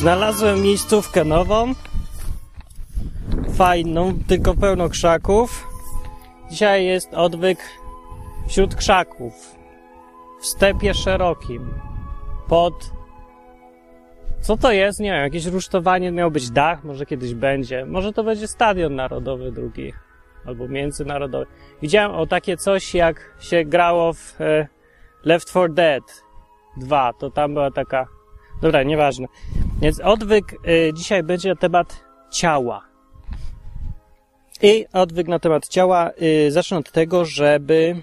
Znalazłem miejscówkę nową, fajną, tylko pełno krzaków. Dzisiaj jest odwyk wśród krzaków, w stepie szerokim, pod... Co to jest? Nie wiem, jakieś rusztowanie, miał być dach, może kiedyś będzie. Może to będzie stadion narodowy drugi, albo międzynarodowy. Widziałem o takie coś, jak się grało w Left 4 Dead 2, to tam była taka... Dobra, nieważne. Więc odwyk dzisiaj będzie na temat ciała. I odwyk na temat ciała zacznę od tego, żeby...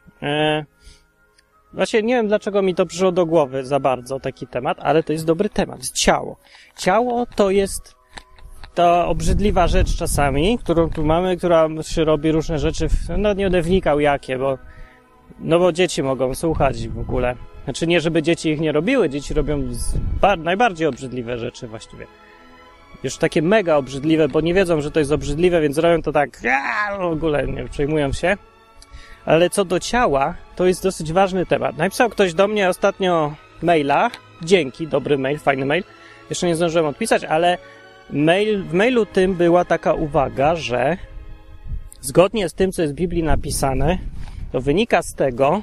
Właśnie nie wiem, dlaczego mi to przyszło do głowy za bardzo, taki temat, ale to jest dobry temat. Ciało. Ciało to jest ta obrzydliwa rzecz czasami, którą tu mamy, która się robi różne rzeczy, no nie będę wnikał jakie, bo dzieci mogą słuchać w ogóle. Znaczy nie, żeby dzieci ich nie robiły, dzieci robią najbardziej obrzydliwe rzeczy właściwie. Już takie mega obrzydliwe, bo nie wiedzą, że to jest obrzydliwe, więc robią to tak w ogóle nie przejmują się. Ale co do ciała, to jest dosyć ważny temat. Napisał ktoś do mnie ostatnio maila. Dzięki, dobry mail, fajny mail. Jeszcze nie zdążyłem odpisać, ale w mailu tym była taka uwaga, że zgodnie z tym, co jest w Biblii napisane, to wynika z tego,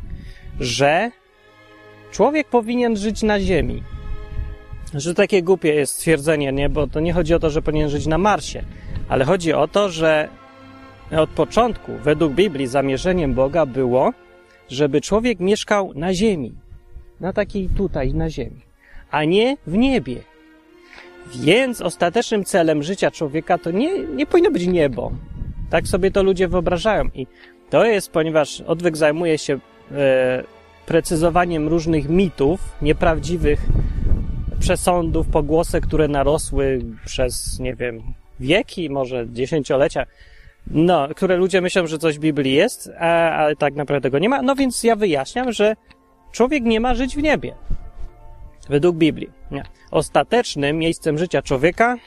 że człowiek powinien żyć na ziemi. Że takie głupie jest stwierdzenie, nie? Bo to nie chodzi o to, że powinien żyć na Marsie, ale chodzi o to, że od początku, według Biblii, zamierzeniem Boga było, żeby człowiek mieszkał na ziemi. Na takiej tutaj, na ziemi. A nie w niebie. Więc ostatecznym celem życia człowieka to nie powinno być niebo. Tak sobie to ludzie wyobrażają. I to jest, ponieważ odwyk zajmuje się precyzowaniem różnych mitów, nieprawdziwych przesądów, pogłosek, które narosły przez, nie wiem, wieki, może dziesięciolecia, no, które ludzie myślą, że coś w Biblii jest, ale tak naprawdę tego nie ma. No więc ja wyjaśniam, że człowiek nie ma żyć w niebie. Według Biblii. Nie. Ostatecznym miejscem życia człowieka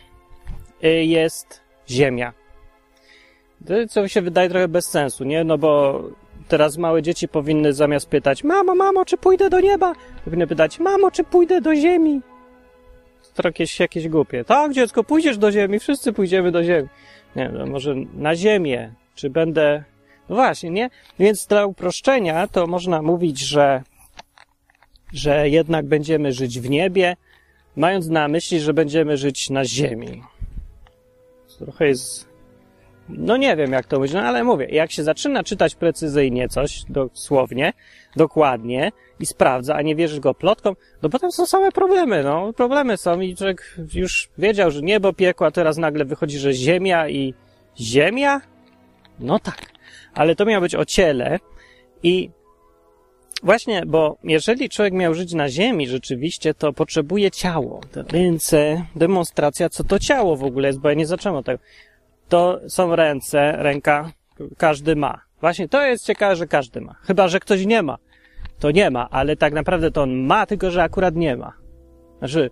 jest ziemia. To, co mi się wydaje trochę bez sensu, nie? No bo teraz małe dzieci powinny zamiast pytać: mamo, czy pójdę do nieba? Powinny pytać: mamo, czy pójdę do ziemi? To jakieś głupie. Tak, dziecko, pójdziesz do ziemi, wszyscy pójdziemy do ziemi. Nie, no może na ziemię, czy będę... No właśnie, nie? Więc dla uproszczenia to można mówić, że jednak będziemy żyć w niebie, mając na myśli, że będziemy żyć na ziemi. Trochę jest... No nie wiem, jak to mówić, no ale mówię, jak się zaczyna czytać precyzyjnie coś, dosłownie, dokładnie i sprawdza, a nie wierzysz go plotkom, no potem są same problemy, no. Problemy są i człowiek już wiedział, że niebo, piekło, a teraz nagle wychodzi, że ziemia i... Ziemia? No tak. Ale to miało być o ciele i właśnie, bo jeżeli człowiek miał żyć na ziemi rzeczywiście, to potrzebuje ciało. Te ręce, demonstracja, co to ciało w ogóle jest, bo ja nie zacząłem od tego. To są ręka, każdy ma. Właśnie to jest ciekawe, że każdy ma. Chyba że ktoś nie ma. To nie ma, ale tak naprawdę to on ma, tylko że akurat nie ma. Znaczy,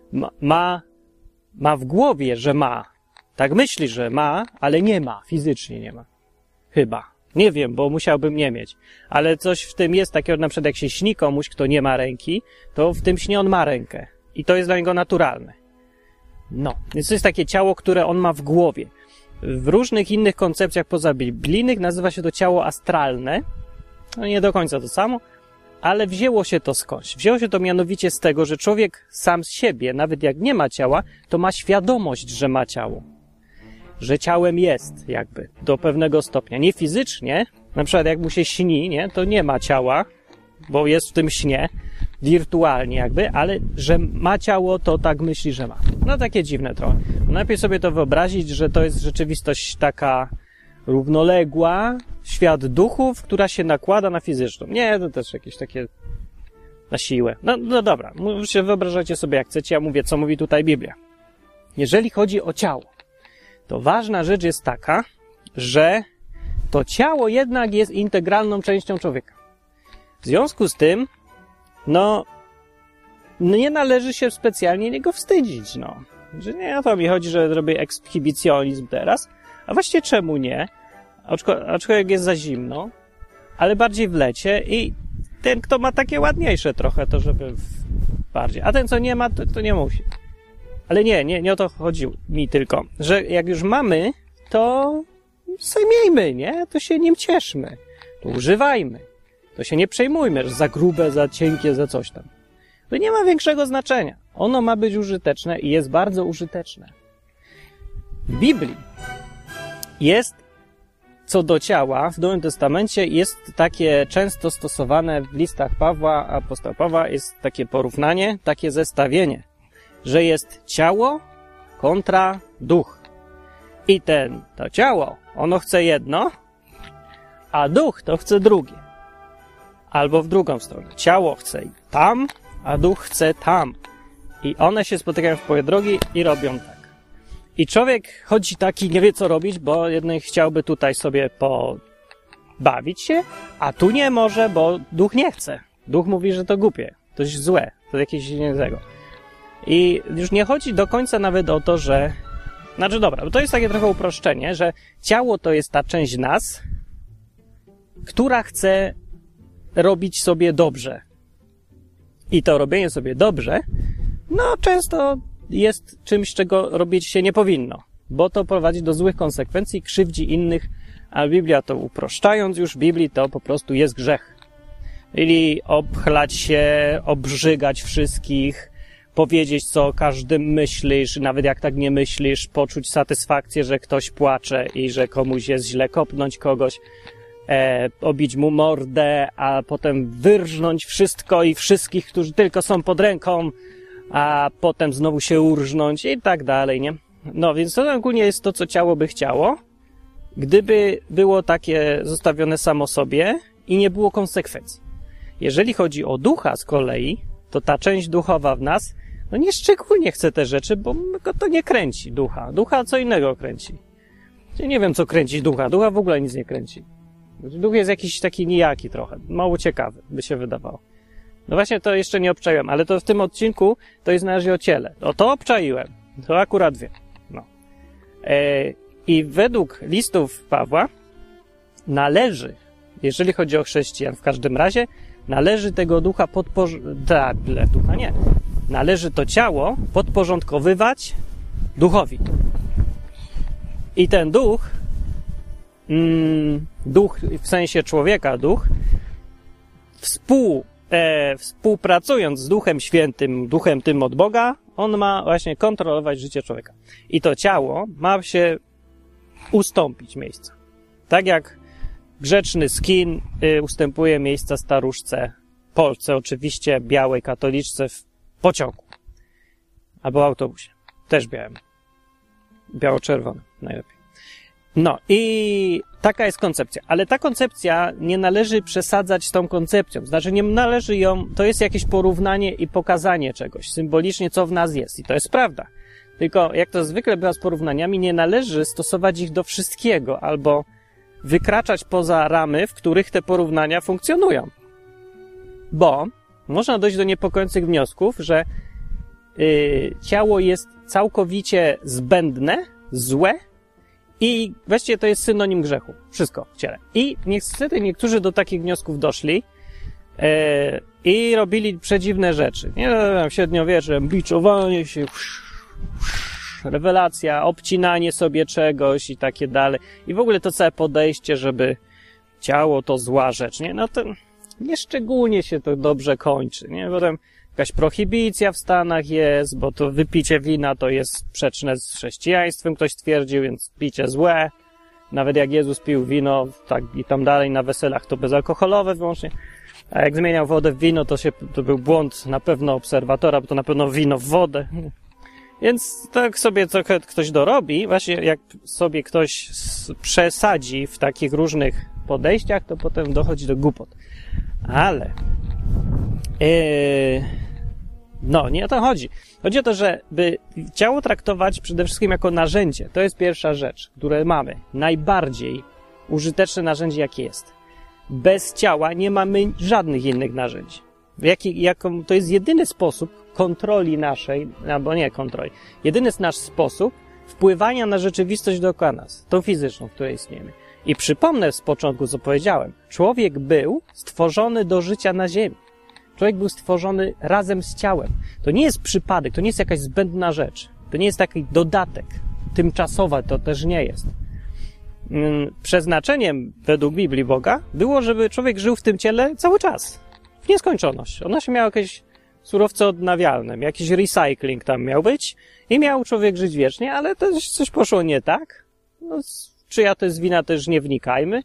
ma w głowie, że ma. Tak myśli, że ma, ale nie ma. Fizycznie nie ma. Chyba. Nie wiem, bo musiałbym nie mieć. Ale coś w tym jest takiego, na przykład jak się śni komuś, kto nie ma ręki, to w tym śnie on ma rękę. I to jest dla niego naturalne. No. Więc to jest takie ciało, które on ma w głowie. W różnych innych koncepcjach pozabiblijnych nazywa się to ciało astralne. No nie do końca to samo, ale wzięło się to skądś. Wzięło się to mianowicie z tego, że człowiek sam z siebie, nawet jak nie ma ciała, to ma świadomość, że ma ciało. Że ciałem jest, jakby, do pewnego stopnia. Nie fizycznie, na przykład jak mu się śni, nie, to nie ma ciała, bo jest w tym śnie, wirtualnie jakby, ale że ma ciało, to tak myśli, że ma. No takie dziwne trochę. Najpierw sobie to wyobrazić, że to jest rzeczywistość taka równoległa, świat duchów, która się nakłada na fizyczną. Nie, to też jakieś takie na siłę. No dobra, wyobrażajcie sobie jak chcecie, ja mówię, co mówi tutaj Biblia. Jeżeli chodzi o ciało, to ważna rzecz jest taka, że to ciało jednak jest integralną częścią człowieka. W związku z tym, no nie należy się specjalnie niego wstydzić, no. Że nie o to mi chodzi, że robię ekshibicjonizm teraz, a właściwie czemu nie? Aczkolwiek jest za zimno, ale bardziej w lecie i ten, kto ma takie ładniejsze trochę, to żeby bardziej. A ten, co nie ma, to nie musi. Ale nie o to chodzi mi tylko, że jak już mamy, to sobie miejmy, nie? To się nim cieszmy. To używajmy. To się nie przejmujmy, że za grube, za cienkie, za coś tam. To nie ma większego znaczenia. Ono ma być użyteczne i jest bardzo użyteczne. W Biblii jest co do ciała, w Nowym Testamencie jest takie często stosowane w listach Pawła, apostoła Pawła, jest takie porównanie, takie zestawienie, że jest ciało kontra duch. I to ciało, ono chce jedno, a duch to chce drugie. Albo w drugą stronę. Ciało chce tam, a duch chce tam. I one się spotykają w połowie drogi i robią tak. I człowiek chodzi taki, nie wie co robić, bo jeden chciałby tutaj sobie pobawić się, a tu nie może, bo duch nie chce. Duch mówi, że to głupie, to jest złe, to jakieś innego. I już nie chodzi do końca nawet o to, że... Znaczy dobra, bo to jest takie trochę uproszczenie, że ciało to jest ta część nas, która chce robić sobie dobrze. I to robienie sobie dobrze, no często jest czymś, czego robić się nie powinno, bo to prowadzi do złych konsekwencji, krzywdzi innych, a Biblia to uproszczając już, w Biblii to po prostu jest grzech. Czyli obchlać się, obrzygać wszystkich, powiedzieć, co o każdym myślisz, nawet jak tak nie myślisz, poczuć satysfakcję, że ktoś płacze i że komuś jest źle, kopnąć kogoś, obić mu mordę, a potem wyrżnąć wszystko i wszystkich, którzy tylko są pod ręką, a potem znowu się urżnąć i tak dalej, nie? No, więc to ogólnie jest to, co ciało by chciało, gdyby było takie zostawione samo sobie i nie było konsekwencji. Jeżeli chodzi o ducha z kolei, to ta część duchowa w nas, no nie szczególnie chce te rzeczy, bo go to nie kręci ducha. Ducha co innego kręci. Ja nie wiem, co kręci ducha. Ducha w ogóle nic nie kręci. Duch jest jakiś taki nijaki trochę, mało ciekawy, by się wydawało. No właśnie to jeszcze nie obczaiłem, ale to w tym odcinku to jest na razie o ciele. O to obczaiłem. To akurat wiem. No. I według listów Pawła należy, jeżeli chodzi o chrześcijan w każdym razie, należy tego ducha należy to ciało podporządkowywać duchowi. I ten duch, duch w sensie człowieka, duch, współpracując z Duchem Świętym, duchem tym od Boga, on ma właśnie kontrolować życie człowieka. I to ciało ma się ustąpić miejsca. Tak jak grzeczny skin ustępuje miejsca staruszce, Polsce oczywiście, białej katoliczce w pociągu. Albo w autobusie. Też białym. Biało-czerwonym najlepiej. No i taka jest koncepcja. Ale ta koncepcja nie należy przesadzać z tą koncepcją. Znaczy nie należy ją, to jest jakieś porównanie i pokazanie czegoś symbolicznie, co w nas jest. I to jest prawda. Tylko jak to zwykle bywa z porównaniami, nie należy stosować ich do wszystkiego albo wykraczać poza ramy, w których te porównania funkcjonują. Bo można dojść do niepokojących wniosków, że ciało jest całkowicie zbędne, złe i właściwie to jest synonim grzechu. Wszystko w ciele. I niestety niektórzy do takich wniosków doszli i robili przedziwne rzeczy. Nie, średniowieczem, biczowanie się, rewelacja, obcinanie sobie czegoś i takie dalej. I w ogóle to całe podejście, żeby ciało to zła rzecz, nie? No to nieszczególnie się to dobrze kończy, nie? Potem jakaś prohibicja w Stanach jest, bo to wypicie wina to jest sprzeczne z chrześcijaństwem, ktoś twierdził, więc picie złe. Nawet jak Jezus pił wino, tak i tam dalej na weselach to bezalkoholowe wyłącznie. A jak zmieniał wodę w wino, to był błąd na pewno obserwatora, bo to na pewno wino w wodę. Więc tak sobie co ktoś dorobi, właśnie jak sobie ktoś przesadzi w takich różnych podejściach, to potem dochodzi do głupot. Ale no, nie o to chodzi. Chodzi o to, żeby ciało traktować przede wszystkim jako narzędzie. To jest pierwsza rzecz, które mamy. Najbardziej użyteczne narzędzie, jakie jest. Bez ciała nie mamy żadnych innych narzędzi. To jest jedyny sposób kontroli naszej, albo nie kontroli, jedyny nasz sposób wpływania na rzeczywistość dookoła nas, tą fizyczną, w której istniejemy. I przypomnę z początku, co powiedziałem. Człowiek był stworzony do życia na ziemi. Człowiek był stworzony razem z ciałem. To nie jest przypadek, to nie jest jakaś zbędna rzecz. To nie jest taki dodatek. Tymczasowe to też nie jest. Przeznaczeniem według Biblii Boga było, żeby człowiek żył w tym ciele cały czas. W nieskończoność. Ono się miało jakieś surowce odnawialne, jakiś recycling tam miał być i miał człowiek żyć wiecznie, ale to coś poszło nie tak. No, czyja to jest wina, też nie wnikajmy.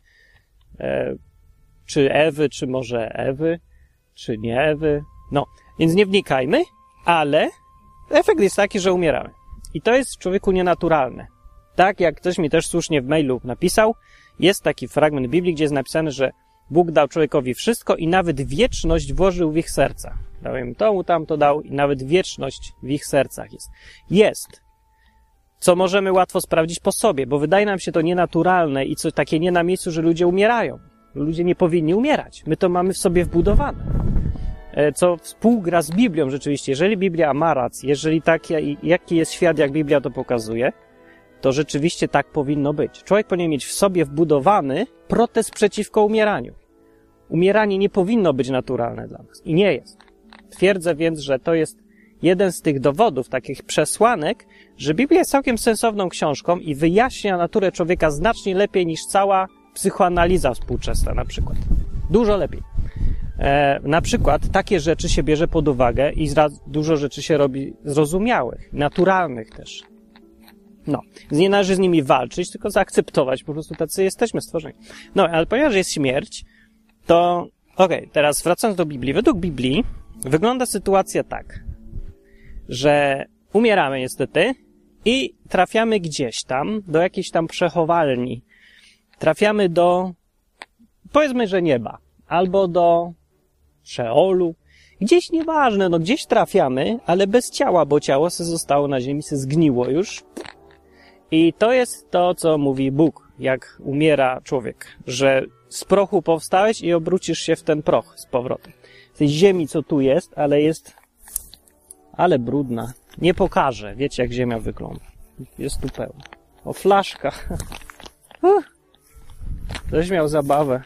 Czy Ewy, czy może Ewy, czy nie Ewy. No, więc nie wnikajmy, ale efekt jest taki, że umieramy. I to jest w człowieku nienaturalne. Tak jak ktoś mi też słusznie w mailu napisał, jest taki fragment Biblii, gdzie jest napisane, że Bóg dał człowiekowi wszystko i nawet wieczność włożył w ich serca. Dał im to, tamto dał i nawet wieczność w ich sercach jest. Jest. Co możemy łatwo sprawdzić po sobie, bo wydaje nam się to nienaturalne i coś takie nie na miejscu, że ludzie umierają. Ludzie nie powinni umierać. My to mamy w sobie wbudowane. Co współgra z Biblią rzeczywiście. Jeżeli Biblia ma rację, jeżeli jaki jest świat, jak Biblia to pokazuje, to rzeczywiście tak powinno być. Człowiek powinien mieć w sobie wbudowany protest przeciwko umieraniu. Umieranie nie powinno być naturalne dla nas. I nie jest. Twierdzę więc, że to jest jeden z tych dowodów, takich przesłanek, że Biblia jest całkiem sensowną książką i wyjaśnia naturę człowieka znacznie lepiej niż cała psychoanaliza współczesna na przykład. Dużo lepiej. Na przykład takie rzeczy się bierze pod uwagę i dużo rzeczy się robi zrozumiałych, naturalnych też. No, nie należy z nimi walczyć, tylko zaakceptować, po prostu tacy jesteśmy stworzeni. No, ale ponieważ jest śmierć, to teraz wracając do Biblii. Według Biblii wygląda sytuacja tak, że umieramy niestety i trafiamy gdzieś tam, do jakiejś tam przechowalni. Trafiamy do, powiedzmy, że nieba, albo do Szeolu. Gdzieś nieważne, no gdzieś trafiamy, ale bez ciała, bo ciało se zostało na ziemi, se zgniło już. I to jest to, co mówi Bóg, jak umiera człowiek, że z prochu powstałeś i obrócisz się w ten proch z powrotem. Z tej ziemi, co tu jest, ale brudna. Nie pokażę. Wiecie, jak ziemia wygląda. Jest tu pełno. O, flaszka. Ktoś miał zabawę.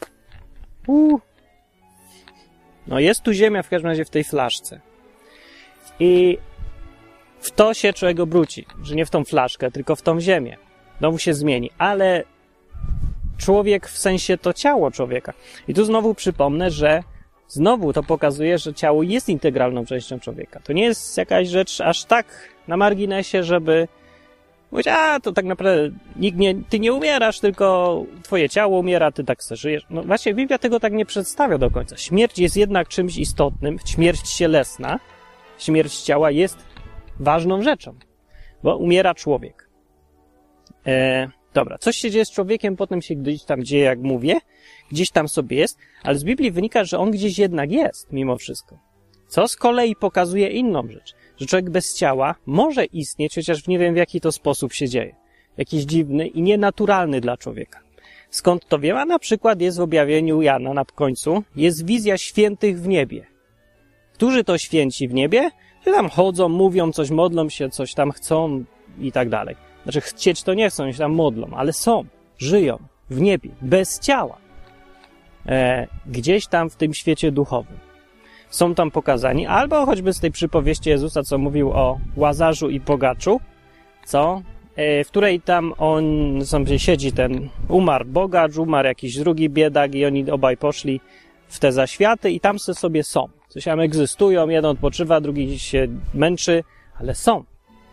No, jest tu ziemia w każdym razie w tej flaszce. I w to się człowiek obróci. Że nie w tą flaszkę, tylko w tą ziemię. Znowu się zmieni. Ale człowiek w sensie to ciało człowieka. I tu znowu przypomnę, że znowu to pokazuje, że ciało jest integralną częścią człowieka. To nie jest jakaś rzecz aż tak na marginesie, żeby mówić, to tak naprawdę ty nie umierasz, tylko twoje ciało umiera, ty tak se żyjesz. No właśnie Biblia tego tak nie przedstawia do końca. Śmierć jest jednak czymś istotnym. Śmierć cielesna, śmierć ciała jest ważną rzeczą, bo umiera człowiek. Dobra, coś się dzieje z człowiekiem, potem się gdzieś tam dzieje, jak mówię, gdzieś tam sobie jest, ale z Biblii wynika, że on gdzieś jednak jest, mimo wszystko. Co z kolei pokazuje inną rzecz, że człowiek bez ciała może istnieć, chociaż nie wiem, w jaki to sposób się dzieje. Jakiś dziwny i nienaturalny dla człowieka. Skąd to wiem? A na przykład jest w objawieniu Jana na końcu, jest wizja świętych w niebie. Którzy to święci w niebie? Że tam chodzą, mówią, coś modlą się, coś tam chcą i tak dalej. Znaczy chcieć to nie chcą, się tam modlą, ale są, żyją w niebie, bez ciała. Gdzieś tam w tym świecie duchowym. Są tam pokazani, albo choćby z tej przypowieści Jezusa, co mówił o Łazarzu i bogaczu, w której tam on sobie siedzi, umarł bogacz, umarł jakiś drugi biedak i oni obaj poszli w te zaświaty i tam sobie są. Coś tam egzystują, jeden odpoczywa, drugi się męczy, ale są.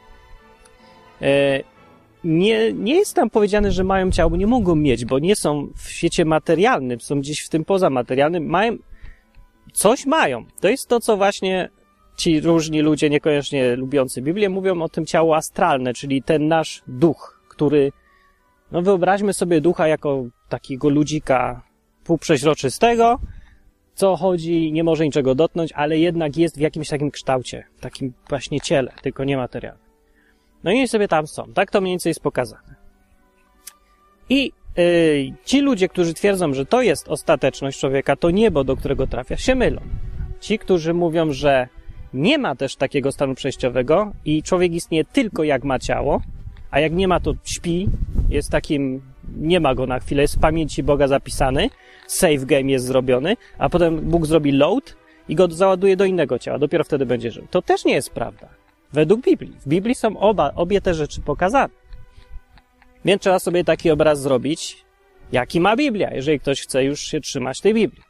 Nie jest tam powiedziane, że mają ciało, bo nie mogą mieć, bo nie są w świecie materialnym, są gdzieś w tym pozamaterialnym, coś mają. To jest to, co właśnie ci różni ludzie, niekoniecznie lubiący Biblię, mówią o tym ciało astralne, czyli ten nasz duch, który, wyobraźmy sobie ducha jako takiego ludzika półprzeźroczystego, co chodzi, nie może niczego dotknąć, ale jednak jest w jakimś takim kształcie, w takim właśnie ciele, tylko niematerialnym. No i oni sobie tam są. Tak to mniej więcej jest pokazane. I ci ludzie, którzy twierdzą, że to jest ostateczność człowieka, to niebo, do którego trafia, się mylą. Ci, którzy mówią, że nie ma też takiego stanu przejściowego i człowiek istnieje tylko jak ma ciało, a jak nie ma, to śpi, jest takim, nie ma go na chwilę, jest w pamięci Boga zapisany, save game jest zrobiony, a potem Bóg zrobi load i go załaduje do innego ciała, dopiero wtedy będzie żył. To też nie jest prawda. według Biblii. W Biblii są obie te rzeczy pokazane. Więc trzeba sobie taki obraz zrobić, jaki ma Biblia, jeżeli ktoś chce już się trzymać tej Biblii.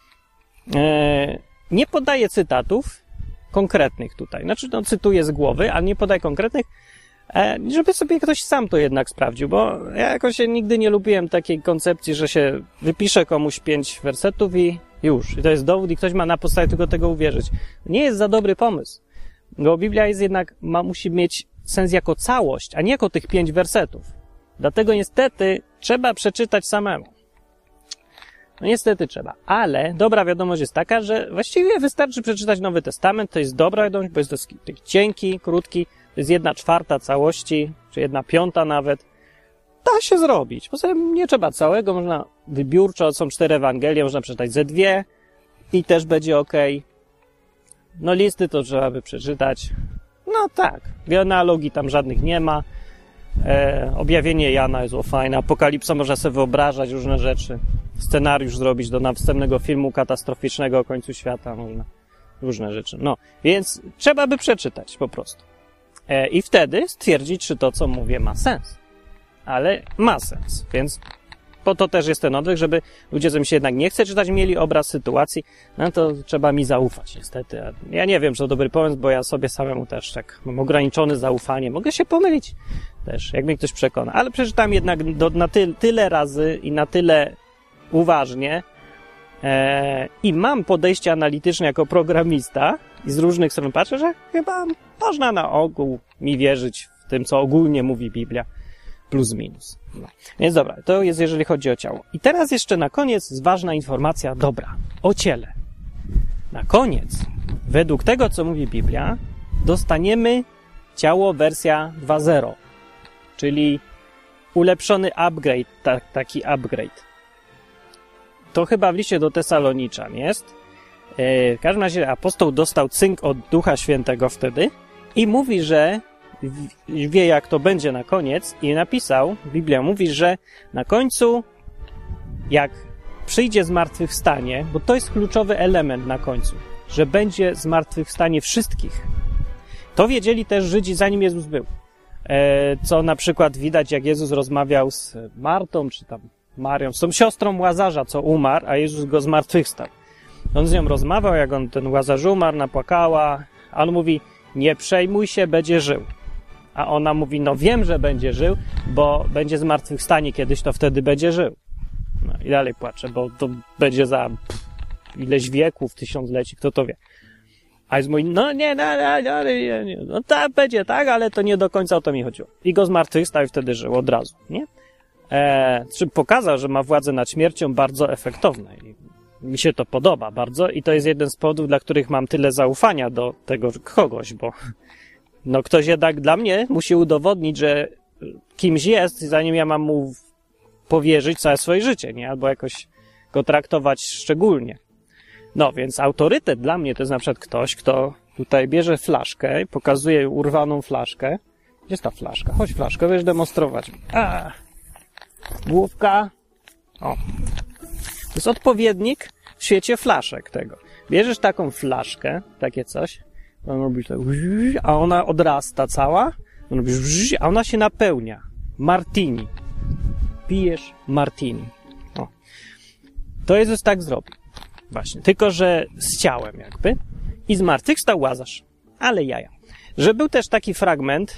Nie podaję cytatów konkretnych tutaj. Znaczy, cytuję z głowy, ale nie podaję konkretnych, żeby sobie ktoś sam to jednak sprawdził, bo ja jakoś nigdy nie lubiłem takiej koncepcji, że się wypisze komuś 5 wersetów i już. I to jest dowód i ktoś ma na podstawie tylko tego uwierzyć. Nie jest za dobry pomysł, bo Biblia jest jednak, musi mieć sens jako całość, a nie jako tych 5 wersetów. Dlatego niestety trzeba przeczytać samemu. No niestety trzeba, ale dobra wiadomość jest taka, że właściwie wystarczy przeczytać Nowy Testament, to jest dobra wiadomość, bo jest dosyć cienki, krótki, to jest 1/4 całości, czy 1/5 nawet. Da się zrobić, poza tym nie trzeba całego, można wybiórczo, są 4 Ewangelie, można przeczytać ze 2 i też będzie okej. No listy to trzeba by przeczytać. No tak, genealogii tam żadnych nie ma. Objawienie Jana jest fajne, Apokalipsa można sobie wyobrażać różne rzeczy, scenariusz zrobić do następnego filmu katastroficznego o końcu świata, można różne rzeczy. No, więc trzeba by przeczytać po prostu. I wtedy stwierdzić, czy to, co mówię, ma sens. Ale ma sens, więc po to też jest ten odwyk, żeby ludzie, co mi się jednak nie chce czytać, mieli obraz sytuacji, no to trzeba mi zaufać niestety. Ja nie wiem, czy to dobry pomysł, bo ja sobie samemu też tak mam ograniczone zaufanie. Mogę się pomylić też, jak mnie ktoś przekona. Ale przeczytałem jednak na tyle razy i na tyle uważnie i mam podejście analityczne jako programista i z różnych stron patrzę, że chyba można na ogół mi wierzyć w tym, co ogólnie mówi Biblia. Plus minus. No. Więc dobra, to jest jeżeli chodzi o ciało. I teraz jeszcze na koniec ważna informacja dobra, o ciele. Na koniec, według tego, co mówi Biblia, dostaniemy ciało wersja 2.0, czyli ulepszony upgrade, taki upgrade. To chyba w liście do Tesaloniczan jest. W każdym razie apostoł dostał cynk od Ducha Świętego wtedy i mówi, że wie, jak to będzie na koniec i napisał, Biblia mówi, że na końcu, jak przyjdzie zmartwychwstanie, bo to jest kluczowy element na końcu, że będzie zmartwychwstanie wszystkich. To wiedzieli też Żydzi, zanim Jezus był. Co na przykład widać, jak Jezus rozmawiał z Martą, czy tam Marią, z tą siostrą Łazarza, co umarł, a Jezus go zmartwychwstał. On z nią rozmawiał, jak ten Łazarz umarł, napłakała, a on mówi, nie przejmuj się, będzie żył. A ona mówi, no wiem, że będzie żył, bo będzie zmartwychwstanie kiedyś, to wtedy będzie żył. No i dalej płacze, bo to będzie za ileś wieków, tysiącleci, kto to wie. A jest mój, no nie, no tak, będzie tak, ale to nie do końca o to mi chodziło. I go zmartwychwstał i wtedy żył od razu, nie? Czym pokazał, że ma władzę nad śmiercią bardzo efektowne. I mi się to podoba bardzo i to jest jeden z powodów, dla których mam tyle zaufania do tego kogoś, bo no ktoś jednak dla mnie musi udowodnić, że kimś jest, zanim ja mam mu powierzyć całe swoje życie, nie? Albo jakoś go traktować szczególnie. No, więc autorytet dla mnie to jest na przykład ktoś, kto tutaj bierze flaszkę, pokazuje urwaną flaszkę. Gdzie jest ta flaszka? Chodź flaszkę, będziesz demonstrować. Główka. O. To jest odpowiednik w świecie flaszek tego. Bierzesz taką flaszkę, takie coś, on robi tak, a ona odrasta cała, on robi, a ona się napełnia. Martini. Pijesz martini. O. To Jezus tak zrobił. Właśnie. Tylko, że z ciałem jakby. I zmartwychwstał Łazarz. Ale jaja. Że był też taki fragment,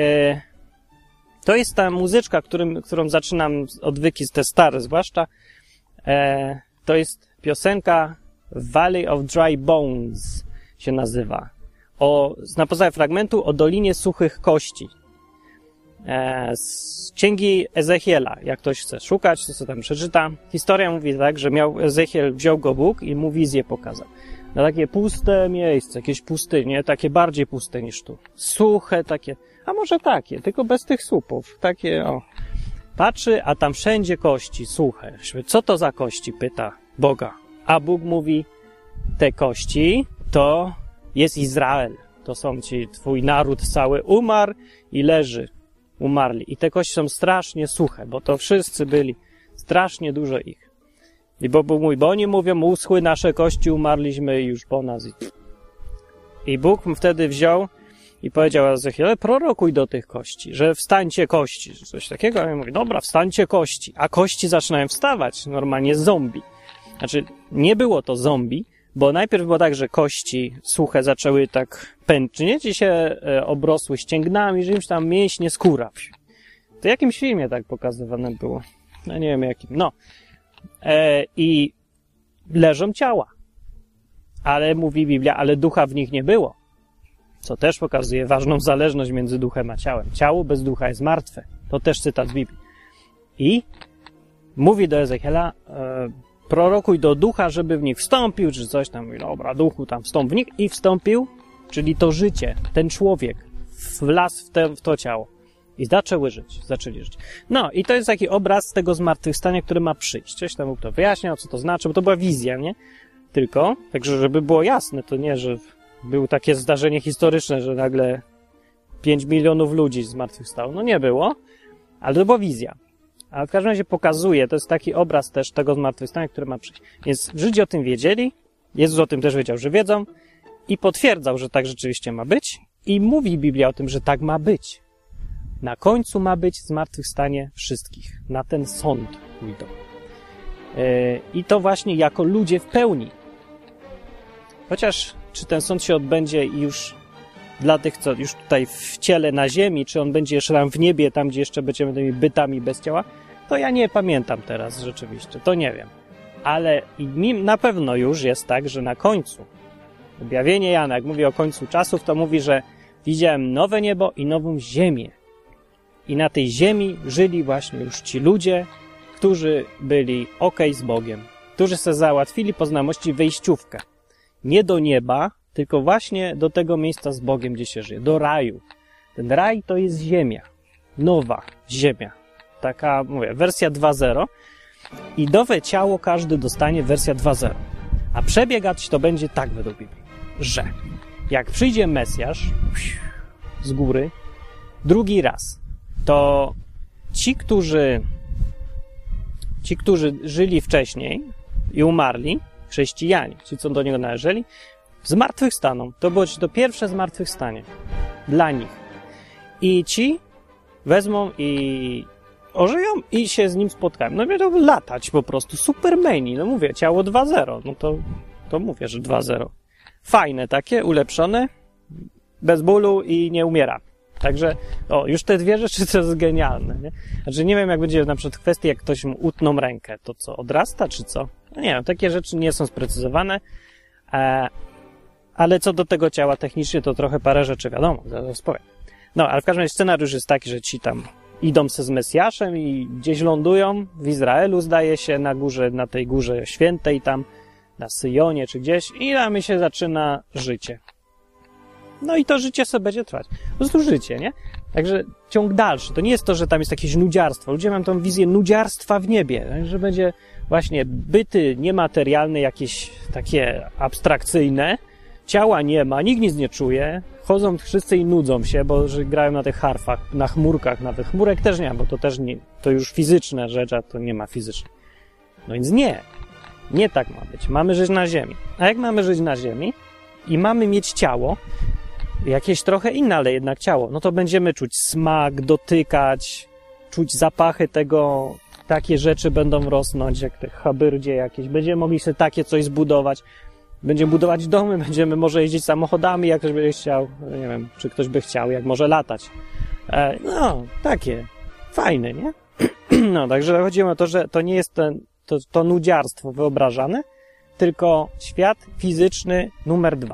to jest ta muzyczka, którą zaczynam odwyki, te stare zwłaszcza. To jest piosenka Valley of Dry Bones się nazywa. Na podstawie fragmentu o Dolinie Suchych Kości. Z księgi Ezechiela. Jak ktoś chce szukać, to co tam przeczyta. Historia mówi tak, że Ezechiel wziął go Bóg i mu wizję pokazał. Na takie puste miejsce, jakieś pustynie, takie bardziej puste niż tu. Suche takie, a może takie, tylko bez tych słupów. Takie, o. Patrzy, a tam wszędzie kości, suche. Co to za kości? Pyta Boga. A Bóg mówi, te kości to jest Izrael. To są ci, twój naród cały umarł i leży. Umarli. I te kości są strasznie suche, bo to wszyscy byli. Strasznie dużo ich. I Bóg mówi, bo oni mówią, uschły nasze kości, umarliśmy już po nas. I Bóg wtedy wziął I powiedział Ezechiel, prorokuj do tych kości, że wstańcie kości, coś takiego. A ja mówię, dobra, wstańcie kości. A kości zaczynają wstawać, normalnie zombie. Znaczy, nie było to zombie, bo najpierw było tak, że kości suche zaczęły tak pęcznieć i się obrosły ścięgnami, że już tam mięśnie, skóra. To w jakimś filmie tak pokazywane było. No nie wiem jakim. No. I leżą ciała. Ale mówi Biblia, ale ducha w nich nie było. Co też pokazuje ważną zależność między duchem a ciałem. Ciało bez ducha jest martwe. To też cytat z Biblii. I mówi do Ezechiela, prorokuj do ducha, żeby w nich wstąpił, czy coś tam. Mówi, dobra, duchu tam wstąp w nich. I wstąpił, czyli to życie, ten człowiek wlazł w to ciało. I zaczęli żyć. No i to jest taki obraz tego zmartwychwstania, który ma przyjść. Coś tam kto wyjaśniał, co to znaczy, bo to była wizja, nie? Tylko, także żeby było jasne, to nie, że było takie zdarzenie historyczne, że nagle 5 milionów ludzi zmartwychwstało. No nie było, ale to była wizja. Ale w każdym razie pokazuje, to jest taki obraz też tego zmartwychwstania, który ma przyjść. Więc Żydzi o tym wiedzieli, Jezus o tym też wiedział, że wiedzą i potwierdzał, że tak rzeczywiście ma być i mówi Biblia o tym, że tak ma być. Na końcu ma być zmartwychwstanie wszystkich. Na ten sąd pójdą. I to właśnie jako ludzie w pełni. Chociaż czy ten sąd się odbędzie już dla tych, co już tutaj w ciele na ziemi, czy on będzie jeszcze tam w niebie, tam gdzie jeszcze będziemy tymi bytami bez ciała, to ja nie pamiętam teraz rzeczywiście. To nie wiem. Ale na pewno już jest tak, że na końcu objawienie Jana, jak mówi o końcu czasów, to mówi, że widziałem nowe niebo i nową ziemię. I na tej ziemi żyli właśnie już ci ludzie, którzy byli okej z Bogiem, którzy sobie załatwili po znajomości wejściówkę. Nie do nieba, tylko właśnie do tego miejsca z Bogiem, gdzie się żyje, do raju. Ten raj to jest ziemia, nowa ziemia. Taka, mówię, wersja 2.0 i nowe ciało każdy dostanie wersja 2.0. A przebiegać to będzie tak według Biblii, że jak przyjdzie Mesjasz z góry drugi raz, to ci, którzy żyli wcześniej i umarli, chrześcijanie, ci, co do niego należeli, zmartwychwstaną. To było to pierwsze zmartwychwstanie dla nich. I ci wezmą i ożyją i się z nim spotkają. No będą latać po prostu. Supermeni. No mówię, ciało 2.0. No to mówię, że 2.0. Fajne takie, ulepszone, bez bólu i nie umiera. Także, już te dwie rzeczy to jest genialne, nie? Znaczy nie wiem, jak będzie na przykład kwestia, jak ktoś mu utną rękę, to co, odrasta, czy co? No nie wiem, takie rzeczy nie są sprecyzowane, ale co do tego ciała technicznie, to trochę parę rzeczy wiadomo, zaraz powiem. No, ale w każdym razie scenariusz jest taki, że ci tam idą se z Mesjaszem i gdzieś lądują w Izraelu, zdaje się, na górze, na tej górze świętej tam, na Syjonie czy gdzieś i tam się zaczyna życie. No i to życie sobie będzie trwać. Po prostu życie, nie? Także ciąg dalszy. To nie jest to, że tam jest jakieś nudziarstwo. Ludzie mają tą wizję nudziarstwa w niebie, że będzie właśnie byty niematerialne, jakieś takie abstrakcyjne. Ciała nie ma, nikt nic nie czuje. Chodzą wszyscy i nudzą się, bo że grają na tych harfach, na chmurkach nawet. Chmurek też nie ma, bo to też nie, to już fizyczna rzecz, a to nie ma fizycznej. No więc nie tak ma być. Mamy żyć na ziemi. A jak mamy żyć na ziemi i mamy mieć ciało, jakieś trochę inne, ale jednak ciało, no to będziemy czuć smak, dotykać, czuć zapachy tego, takie rzeczy będą rosnąć, jak te chabyrdzie jakieś. Będziemy mogli sobie takie coś zbudować. Będziemy budować domy, będziemy może jeździć samochodami, jak ktoś by chciał. Nie wiem, czy ktoś by chciał, jak może latać. No, takie. Fajne, nie? No, także chodzi o to, że to nie jest to nudziarstwo wyobrażane, tylko świat fizyczny numer 2.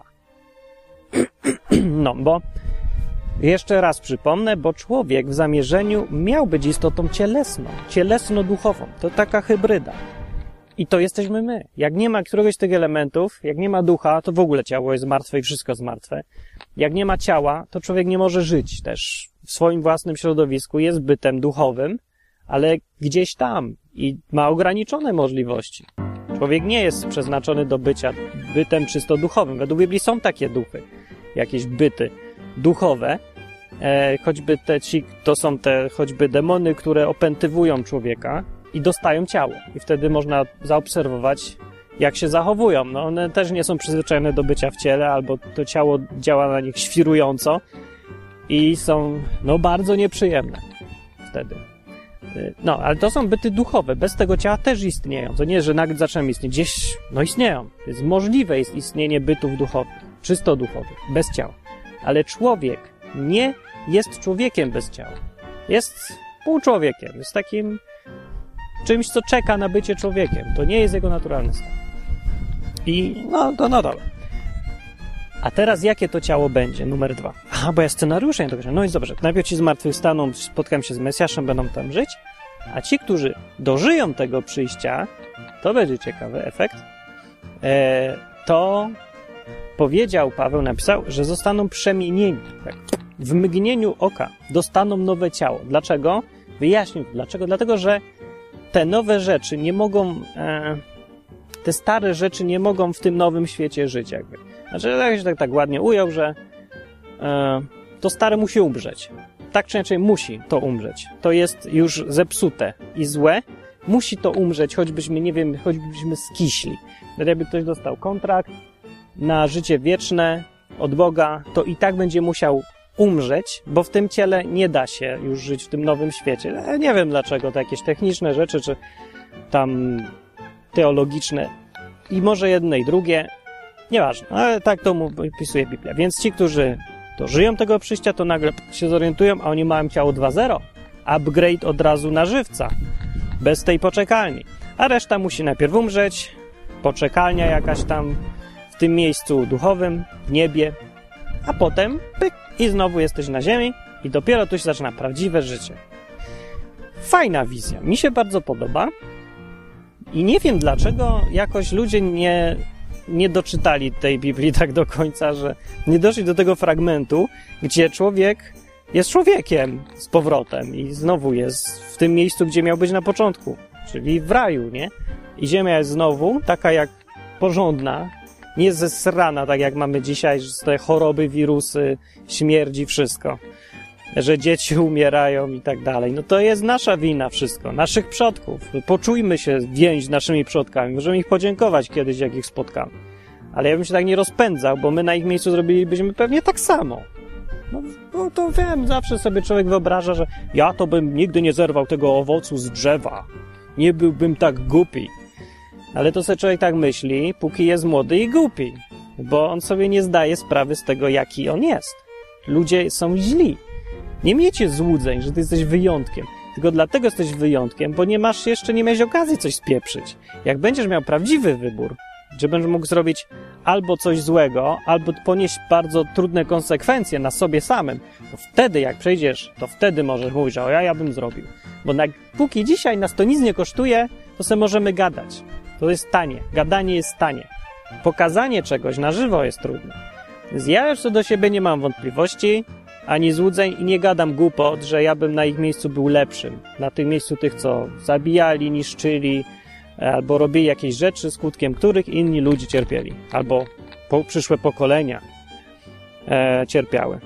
No, bo jeszcze raz przypomnę, bo człowiek w zamierzeniu miał być istotą cielesną, cielesno-duchową. To taka hybryda. I to jesteśmy my. Jak nie ma któregoś z tych elementów, jak nie ma ducha, to w ogóle ciało jest martwe i wszystko jest martwe. Jak nie ma ciała, to człowiek nie może żyć też w swoim własnym środowisku, jest bytem duchowym, ale gdzieś tam i ma ograniczone możliwości. Człowiek nie jest przeznaczony do bycia bytem czysto duchowym. Według Biblii są takie duchy, jakieś byty duchowe, choćby to są te choćby demony, które opętywują człowieka i dostają ciało. I wtedy można zaobserwować, jak się zachowują. No one też nie są przyzwyczajone do bycia w ciele, albo to ciało działa na nich świrująco i są, bardzo nieprzyjemne wtedy. No, ale to są byty duchowe. Bez tego ciała też istnieją. To nie, że nagle zaczynamy istnieć. Gdzieś, istnieją. Jest możliwe istnienie bytów duchowych, czysto duchowych, bez ciała. Ale człowiek nie jest człowiekiem bez ciała. Jest półczłowiekiem. Jest takim czymś, co czeka na bycie człowiekiem. To nie jest jego naturalny stan. I to dobra. A teraz jakie to ciało będzie? Numer 2. Aha, bo ja scenariusze nie dokończyłem. No i dobrze. Najpierw ci zmartwychwstaną, spotkam się z Mesjaszem, będą tam żyć. A ci, którzy dożyją tego przyjścia, to będzie ciekawy efekt, to powiedział, Paweł napisał, że zostaną przemienieni. Tak. W mgnieniu oka dostaną nowe ciało. Dlaczego? Wyjaśnił dlaczego. Dlatego, że te nowe rzeczy nie mogą, te stare rzeczy nie mogą w tym nowym świecie żyć jakby. Znaczy, jak się tak ładnie ujął, że to stare musi umrzeć. Tak czy inaczej musi to umrzeć. To jest już zepsute i złe. Musi to umrzeć, choćbyśmy, nie wiem, choćbyśmy skiśli. Gdyby ktoś dostał kontrakt na życie wieczne od Boga, to i tak będzie musiał umrzeć, bo w tym ciele nie da się już żyć w tym nowym świecie. Ja nie wiem dlaczego, to jakieś techniczne rzeczy, czy tam teologiczne i może jedno i drugie, nieważne, ale tak to mu opisuje Biblia. Więc ci, którzy dożyją tego przyjścia, to nagle się zorientują, a oni mają ciało 2.0. Upgrade od razu na żywca, bez tej poczekalni. A reszta musi najpierw umrzeć, poczekalnia jakaś tam w tym miejscu duchowym, w niebie, a potem pyk, i znowu jesteś na ziemi i dopiero tu się zaczyna prawdziwe życie. Fajna wizja, mi się bardzo podoba i nie wiem dlaczego jakoś ludzie nie doczytali tej Biblii tak do końca, że nie doszli do tego fragmentu, gdzie człowiek jest człowiekiem z powrotem i znowu jest w tym miejscu, gdzie miał być na początku, czyli w raju, nie? I ziemia jest znowu taka jak porządna, nie jest zesrana, tak jak mamy dzisiaj, że te choroby, wirusy, śmierdzi, wszystko, że dzieci umierają i tak dalej. No to jest nasza wina wszystko, naszych przodków. Poczujmy się więź z naszymi przodkami, możemy ich podziękować kiedyś, jak ich spotkamy. Ale ja bym się tak nie rozpędzał, bo my na ich miejscu zrobilibyśmy pewnie tak samo. No to wiem, zawsze sobie człowiek wyobraża, że ja to bym nigdy nie zerwał tego owocu z drzewa. Nie byłbym tak głupi. Ale to sobie człowiek tak myśli, póki jest młody i głupi. Bo on sobie nie zdaje sprawy z tego, jaki on jest. Ludzie są źli. Nie miejcie złudzeń, że ty jesteś wyjątkiem. Tylko dlatego jesteś wyjątkiem, bo nie miałeś okazji coś spieprzyć. Jak będziesz miał prawdziwy wybór, że będziesz mógł zrobić albo coś złego, albo ponieść bardzo trudne konsekwencje na sobie samym, to wtedy jak przejdziesz, to wtedy możesz mówić, że ja bym zrobił. Bo póki dzisiaj nas to nic nie kosztuje, to sobie możemy gadać. To jest tanie. Gadanie jest tanie. Pokazanie czegoś na żywo jest trudne. Więc ja już co do siebie nie mam wątpliwości, ani złudzeń i nie gadam głupot, że ja bym na ich miejscu był lepszym. Na tym miejscu tych, co zabijali, niszczyli, albo robili jakieś rzeczy, skutkiem których inni ludzie cierpieli. Albo przyszłe pokolenia cierpiały.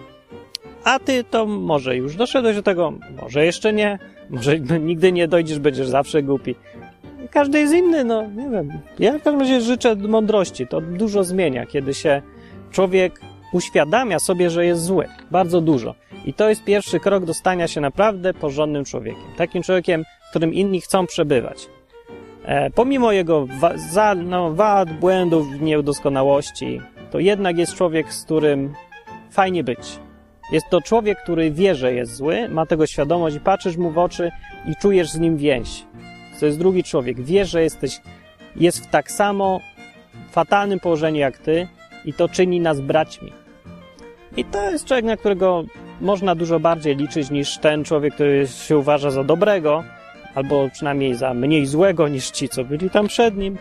A ty to może już doszedłeś do tego, może jeszcze nie, może nigdy nie dojdziesz, będziesz zawsze głupi. Każdy jest inny, nie wiem. Ja w każdym razie życzę mądrości. To dużo zmienia, kiedy się człowiek uświadamia sobie, że jest zły. Bardzo dużo. I to jest pierwszy krok do stania się naprawdę porządnym człowiekiem. Takim człowiekiem, w którym inni chcą przebywać. Pomimo jego wad, błędów, niedoskonałości, to jednak jest człowiek, z którym fajnie być. Jest to człowiek, który wie, że jest zły, ma tego świadomość i patrzysz mu w oczy i czujesz z nim więź. To jest drugi człowiek. Wie, że jest w tak samo fatalnym położeniu jak ty i to czyni nas braćmi. I to jest człowiek, na którego można dużo bardziej liczyć niż ten człowiek, który się uważa za dobrego, albo przynajmniej za mniej złego niż ci, co byli tam przed nim.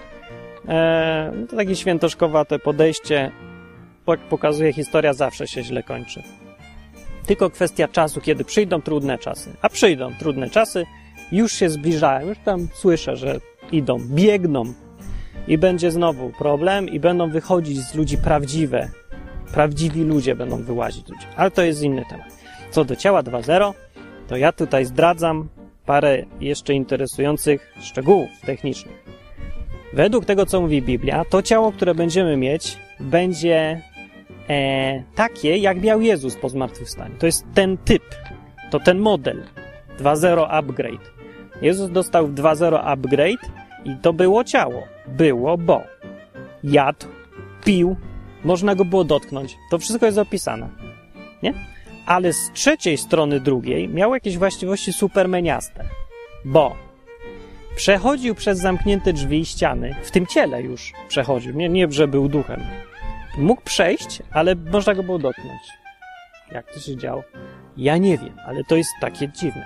To takie świętoszkowate podejście, jak pokazuje historia, zawsze się źle kończy. Tylko kwestia czasu, kiedy przyjdą trudne czasy. A przyjdą trudne czasy, już się zbliżają, już tam słyszę, że idą, biegną i będzie znowu problem i będą wychodzić z ludzi prawdziwi ludzie będą wyłazić ludzi. Ale to jest inny temat. Co do ciała 2.0, to ja tutaj zdradzam parę jeszcze interesujących szczegółów technicznych. Według tego, co mówi Biblia, to ciało, które będziemy mieć, będzie takie, jak miał Jezus po zmartwychwstaniu. To jest ten typ, to ten model 2.0 upgrade. Jezus dostał 2.0 upgrade i to było ciało. Było, bo jadł, pił, można go było dotknąć. To wszystko jest opisane. Nie? Ale z trzeciej strony drugiej miał jakieś właściwości supermeniaste. Bo przechodził przez zamknięte drzwi i ściany. W tym ciele już przechodził. Nie, że był duchem. Mógł przejść, ale można go było dotknąć. Jak to się działo? Ja nie wiem, ale to jest takie dziwne.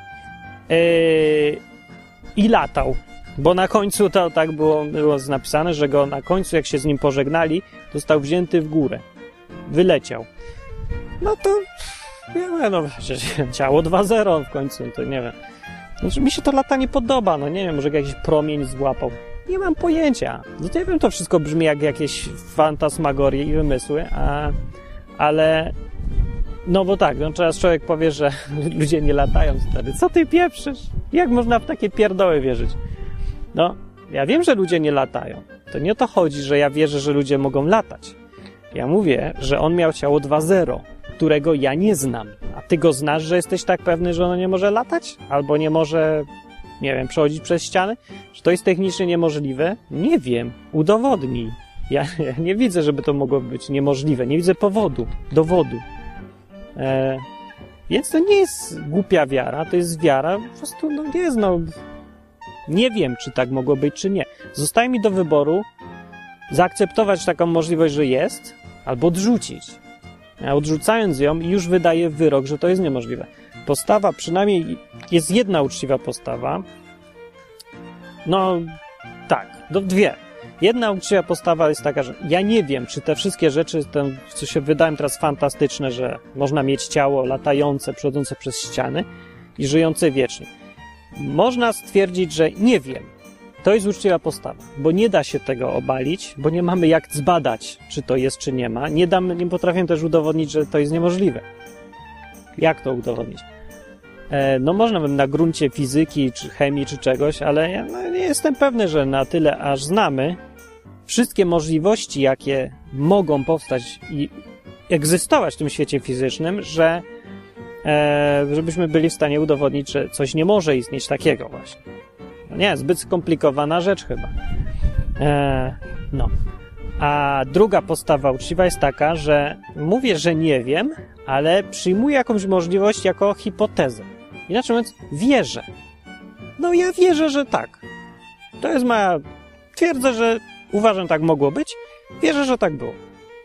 I latał. Bo na końcu to tak było napisane, że go na końcu, jak się z nim pożegnali, został wzięty w górę. Wyleciał. No to... ciało 2.0 w końcu, to nie wiem. Znaczy, mi się to latanie podoba, no nie wiem, może jakiś promień złapał. Nie mam pojęcia. No to ja wiem, to wszystko brzmi jak jakieś fantasmagorie i wymysły, ale... No bo tak, no teraz człowiek powie, że ludzie nie latają wtedy. Co ty pieprzysz? Jak można w takie pierdoły wierzyć? No, ja wiem, że ludzie nie latają. To nie o to chodzi, że ja wierzę, że ludzie mogą latać. Ja mówię, że on miał ciało 2.0, którego ja nie znam. A ty go znasz, że jesteś tak pewny, że ono nie może latać? Albo nie może, nie wiem, przechodzić przez ściany? Czy to jest technicznie niemożliwe? Nie wiem. Udowodnij. Ja nie widzę, żeby to mogło być niemożliwe. Nie widzę dowodu. Więc to nie jest głupia wiara, to jest wiara, po prostu, nie wiem, czy tak mogło być, czy nie. Zostaje mi do wyboru zaakceptować taką możliwość, że jest, albo odrzucić. A odrzucając ją, już wydaję wyrok, że to jest niemożliwe. Postawa, przynajmniej jest jedna uczciwa postawa. No, tak, dwie. Jedna uczciwa postawa jest taka, że ja nie wiem, czy te wszystkie rzeczy, co się wydają teraz fantastyczne, że można mieć ciało latające, przechodzące przez ściany i żyjące wiecznie. Można stwierdzić, że nie wiem. To jest uczciwa postawa, bo nie da się tego obalić, bo nie mamy jak zbadać, czy to jest, czy nie ma. Nie potrafię też udowodnić, że to jest niemożliwe. Jak to udowodnić? No można na gruncie fizyki, czy chemii, czy czegoś, ale ja nie jestem pewny, że na tyle aż znamy wszystkie możliwości, jakie mogą powstać i egzystować w tym świecie fizycznym, żebyśmy byli w stanie udowodnić, że coś nie może istnieć takiego właśnie. No nie, zbyt skomplikowana rzecz chyba. No. A druga postawa uczciwa jest taka, że mówię, że nie wiem, ale przyjmuję jakąś możliwość jako hipotezę. Inaczej mówiąc, wierzę. No ja wierzę, że tak. To jest moja... Twierdzę, że uważam, tak mogło być. Wierzę, że tak było.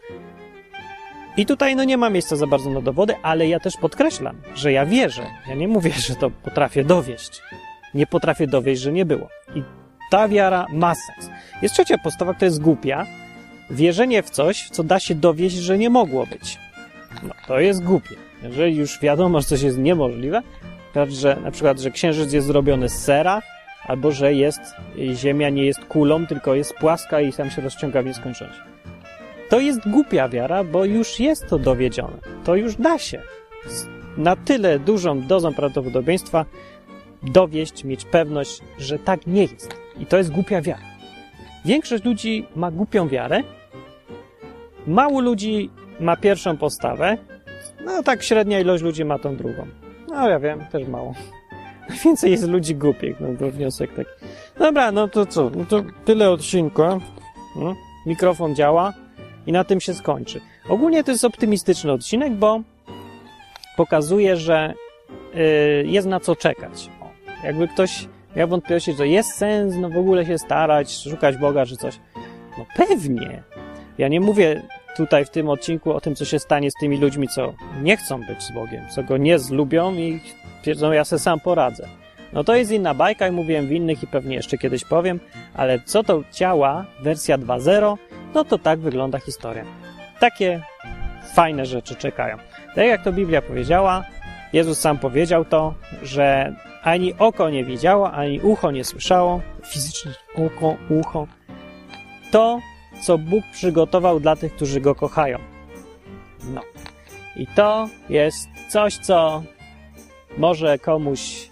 I tutaj nie ma miejsca za bardzo na dowody, ale ja też podkreślam, że ja wierzę. Ja nie mówię, że to potrafię dowieść. Nie potrafię dowieść, że nie było. I ta wiara ma sens. Jest trzecia postawa, która jest głupia. Wierzenie w coś, co da się dowieść, że nie mogło być. No, to jest głupie. Jeżeli już wiadomo, że coś jest niemożliwe, że na przykład, że księżyc jest zrobiony z sera, albo że Ziemia nie jest kulą, tylko jest płaska i sam się rozciąga w nieskończoność. To jest głupia wiara, bo już jest to dowiedzione. To już da się na tyle dużą dozą prawdopodobieństwa dowieść, mieć pewność, że tak nie jest. I to jest głupia wiara. Większość ludzi ma głupią wiarę, mało ludzi ma pierwszą postawę, no tak średnia ilość ludzi ma tą drugą. No ja wiem, też mało. Więcej jest ludzi głupich, no to wniosek taki. Dobra, no to co? No to tyle odcinka. No, mikrofon działa i na tym się skończy. Ogólnie to jest optymistyczny odcinek, bo pokazuje, że jest na co czekać. Jakby ktoś miał wątpliwości, że jest sens w ogóle się starać, szukać Boga czy coś. No pewnie. Ja nie mówię tutaj w tym odcinku o tym, co się stanie z tymi ludźmi, co nie chcą być z Bogiem, co Go nie zlubią i twierdzą, ja se sam poradzę. No to jest inna bajka i mówiłem w innych i pewnie jeszcze kiedyś powiem, ale co to ciała, wersja 2.0, no to tak wygląda historia. Takie fajne rzeczy czekają. Tak jak to Biblia powiedziała, Jezus sam powiedział to, że ani oko nie widziało, ani ucho nie słyszało, fizycznie ucho, to, co Bóg przygotował dla tych, którzy Go kochają. No. I to jest coś, co może komuś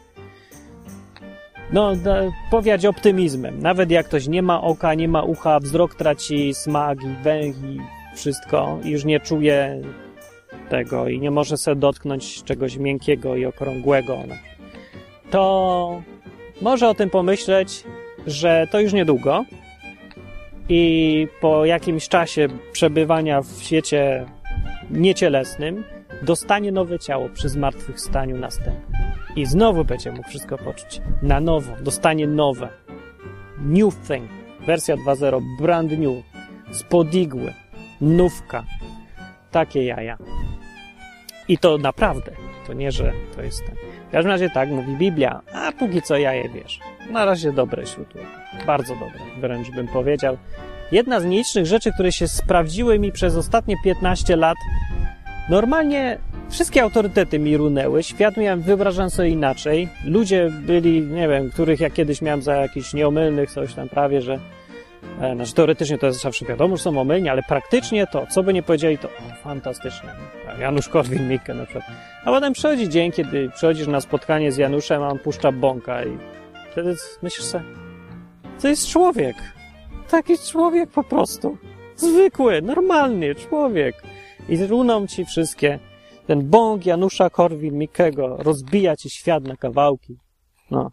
powiać optymizmem. Nawet jak ktoś nie ma oka, nie ma ucha, wzrok traci, smak i węch i wszystko i już nie czuje tego i nie może sobie dotknąć czegoś miękkiego i okrągłego, to może o tym pomyśleć, że to już niedługo i po jakimś czasie przebywania w świecie niecielesnym dostanie nowe ciało przy zmartwychwstaniu następnym. I znowu będzie mógł wszystko poczuć. Na nowo. Dostanie nowe. New thing. Wersja 2.0. Brand new. Spod igły. Nówka. Takie jaja. I to naprawdę. To nie, że to jest ten. W każdym razie tak mówi Biblia. A póki co jaje wiesz. Na razie dobre źródło. Bardzo dobre. Wręcz bym powiedział. Jedna z nielicznych rzeczy, które się sprawdziły mi przez ostatnie 15 lat. Normalnie wszystkie autorytety mi runęły, świat wyobrażam sobie inaczej. Ludzie byli, nie wiem, których ja kiedyś miałem za jakichś nieomylnych, coś tam prawie, że znaczy teoretycznie to jest zawsze wiadomo, że są omylni, ale praktycznie to, co by nie powiedzieli, to fantastycznie. Janusz Korwin-Mikke na przykład. A potem przychodzi dzień, kiedy przychodzisz na spotkanie z Januszem, a on puszcza bąka i wtedy myślisz sobie, to jest człowiek. Taki człowiek po prostu. Zwykły, normalny człowiek. I runą ci wszystkie. Ten bąk Janusza Korwin-Mikkego rozbija ci świat na kawałki. No.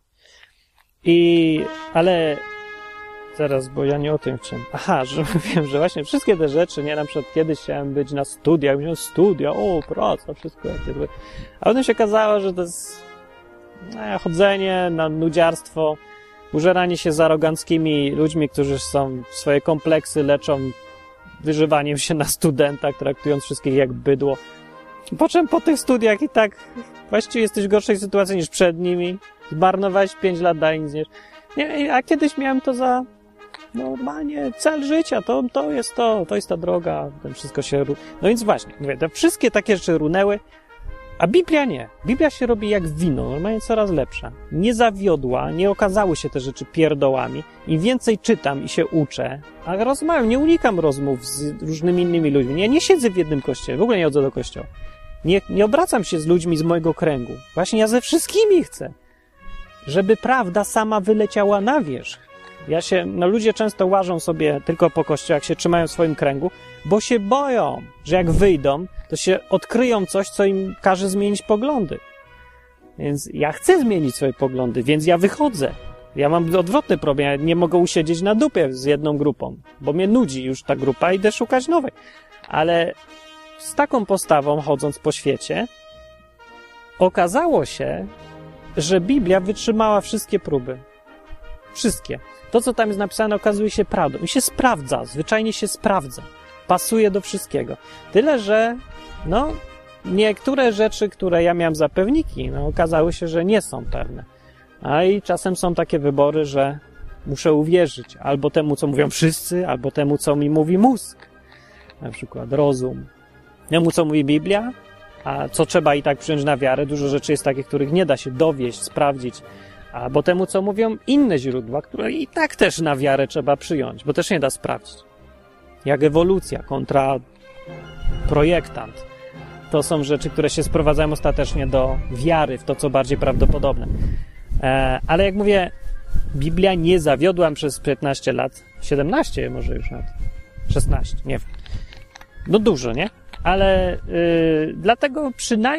Ale zaraz, bo ja nie o tym chciałem. Aha, że wiem, że właśnie wszystkie te rzeczy, nie? Na przykład kiedyś chciałem być na studiach, myślałem, studia, praca, wszystko jakie to. A potem się okazało, że to jest chodzenie na nudziarstwo, użeranie się z aroganckimi ludźmi, którzy swoje kompleksy leczą wyżywaniem się na studentach, traktując wszystkich jak bydło. Po czym po tych studiach i tak właściwie jesteś w gorszej sytuacji niż przed nimi. Zmarnowałeś 5 lat, dalej nic nie. A kiedyś miałem to za normalnie cel życia, to jest ta droga, ten wszystko się... No więc właśnie, mówię, te wszystkie takie rzeczy runęły, a Biblia nie. Biblia się robi jak wino, normalnie coraz lepsza. Nie zawiodła, nie okazały się te rzeczy pierdołami. Im więcej czytam i się uczę, a rozmawiam, nie unikam rozmów z różnymi innymi ludźmi. Ja nie siedzę w jednym kościele, w ogóle nie chodzę do kościoła. Nie obracam się z ludźmi z mojego kręgu. Właśnie ja ze wszystkimi chcę, żeby prawda sama wyleciała na wierzch. Ludzie często łażą sobie tylko po kościołach, się trzymają w swoim kręgu, bo się boją, że jak wyjdą, to się odkryją coś, co im każe zmienić poglądy. Więc ja chcę zmienić swoje poglądy, więc ja wychodzę. Ja mam odwrotny problem, ja nie mogę usiedzieć na dupie z jedną grupą, bo mnie nudzi już ta grupa, idę szukać nowej. Ale z taką postawą, chodząc po świecie, okazało się, że Biblia wytrzymała wszystkie próby. Wszystkie. To, co tam jest napisane, okazuje się prawdą. I się sprawdza, zwyczajnie się sprawdza. Pasuje do wszystkiego. Tyle, że niektóre rzeczy, które ja miałem za pewniki, okazały się, że nie są pewne. A i czasem są takie wybory, że muszę uwierzyć albo temu, co mówią wszyscy, albo temu, co mi mówi mózg. Na przykład rozum. Temu, co mówi Biblia, a co trzeba i tak przyjąć na wiarę. Dużo rzeczy jest takich, których nie da się dowieść, sprawdzić. Albo temu, co mówią inne źródła, które i tak też na wiarę trzeba przyjąć, bo też nie da sprawdzić. Jak ewolucja kontra projektant. To są rzeczy, które się sprowadzają ostatecznie do wiary, w to, co bardziej prawdopodobne. Ale jak mówię, Biblia nie zawiodłam przez 15 lat, 17 może już nawet, 16, nie wiem. No dużo, nie? Ale dlatego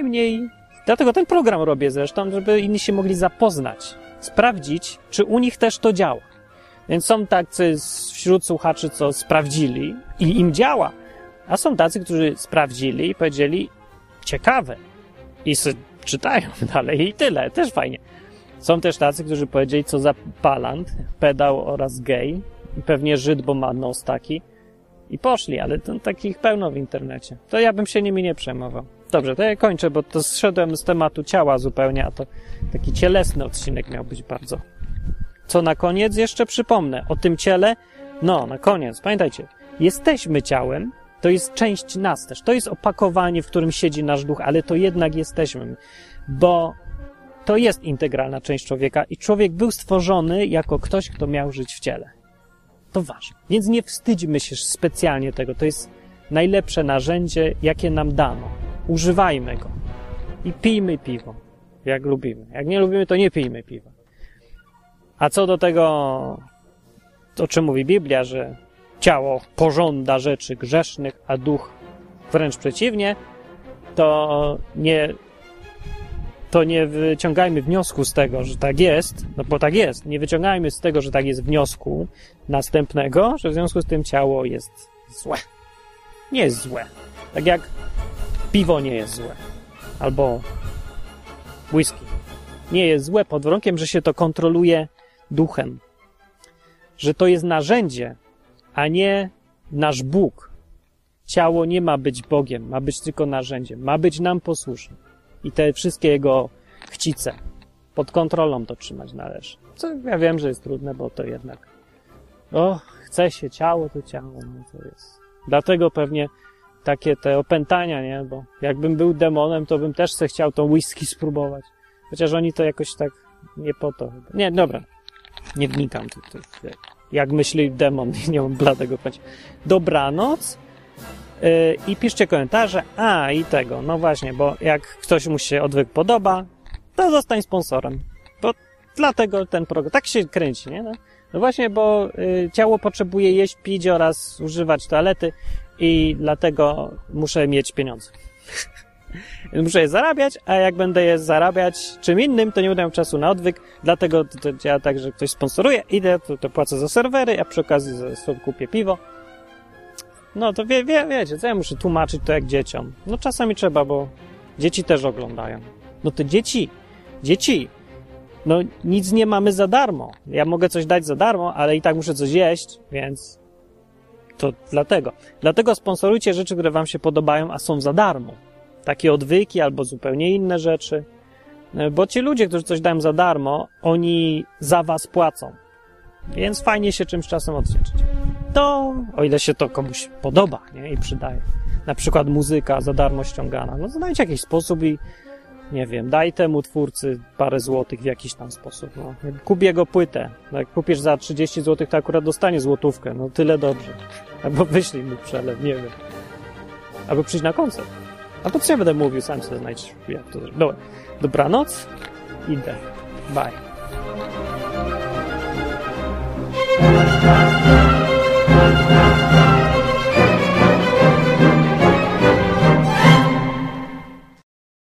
ten program robię zresztą, żeby inni się mogli zapoznać, sprawdzić, czy u nich też to działa. Więc są tacy wśród słuchaczy, co sprawdzili i im działa, a są tacy, którzy sprawdzili i powiedzieli ciekawe i czytają dalej i tyle, też fajnie. Są też tacy, którzy powiedzieli, co za palant, pedał oraz gej i pewnie Żyd, bo ma nos taki i poszli, ale to takich pełno w internecie. To ja bym się nimi nie przejmował. Dobrze, to ja kończę, bo to zszedłem z tematu ciała zupełnie, a to taki cielesny odcinek miał być bardzo. Co na koniec jeszcze przypomnę o tym ciele. Na koniec, pamiętajcie, jesteśmy ciałem, to jest część nas też, to jest opakowanie, w którym siedzi nasz duch, ale to jednak jesteśmy, bo to jest integralna część człowieka i człowiek był stworzony jako ktoś, kto miał żyć w ciele. To ważne. Więc nie wstydźmy się specjalnie tego, to jest najlepsze narzędzie, jakie nam dano. Używajmy go i pijmy piwo, jak lubimy. Jak nie lubimy, to nie pijmy piwa. A co do tego, o czym mówi Biblia, że ciało pożąda rzeczy grzesznych, a duch wręcz przeciwnie, to nie wyciągajmy wniosku z tego, że tak jest, no bo tak jest. Nie wyciągajmy z tego, że tak jest wniosku następnego, że w związku z tym ciało jest złe. Nie jest złe. Tak jak piwo nie jest złe. Albo whisky. Nie jest złe pod warunkiem, że się to kontroluje duchem. Że to jest narzędzie, a nie nasz Bóg. Ciało nie ma być Bogiem, ma być tylko narzędziem. Ma być nam posłuszne. I te wszystkie jego chcice pod kontrolą to trzymać należy. Co ja wiem, że jest trudne, bo to jednak chce się ciało, to ciało, no to jest. Dlatego pewnie takie te opętania, nie? Bo jakbym był demonem, to bym też se chciał tą whisky spróbować. Chociaż oni to jakoś tak nie po to. Nie, dobra. Nie wnikam. Jak myśli demon, nie mam bladego pojęcia. Dobranoc. I piszcie komentarze. I tego, no właśnie, bo jak ktoś mu się odwyk podoba, to zostań sponsorem. Bo dlatego ten program tak się kręci, nie? No właśnie, bo ciało potrzebuje jeść, pić oraz używać toalety i dlatego muszę mieć pieniądze. Muszę je zarabiać, a jak będę je zarabiać czym innym, to nie będę miał czasu na odwyk, dlatego to działa tak, że ktoś sponsoruje, idę, to płacę za serwery, a przy okazji sobie kupię piwo. No to wiecie, co ja muszę tłumaczyć to jak dzieciom? No czasami trzeba, bo dzieci też oglądają. No to dzieci, no nic nie mamy za darmo. Ja mogę coś dać za darmo, ale i tak muszę coś jeść, więc to dlatego. Dlatego sponsorujcie rzeczy, które wam się podobają, a są za darmo. Takie odwyki albo zupełnie inne rzeczy. Bo ci ludzie, którzy coś dają za darmo, oni za was płacą. Więc fajnie się czymś czasem odwdzięczyć. To, o ile się to komuś podoba, nie? I przydaje. Na przykład muzyka za darmo ściągana. No znajdź jakiś sposób i nie wiem, daj temu twórcy parę złotych w jakiś tam sposób. No. Kup jego płytę. No, jak kupisz za 30 złotych, to akurat dostanie złotówkę. No tyle dobrze. Albo wyślij mu przelew, nie wiem. Albo przyjdź na koncert. A to co ja będę mówił, sam sobie znajdź jak to zrobić. Dobra. Dobranoc. Idę. Bye.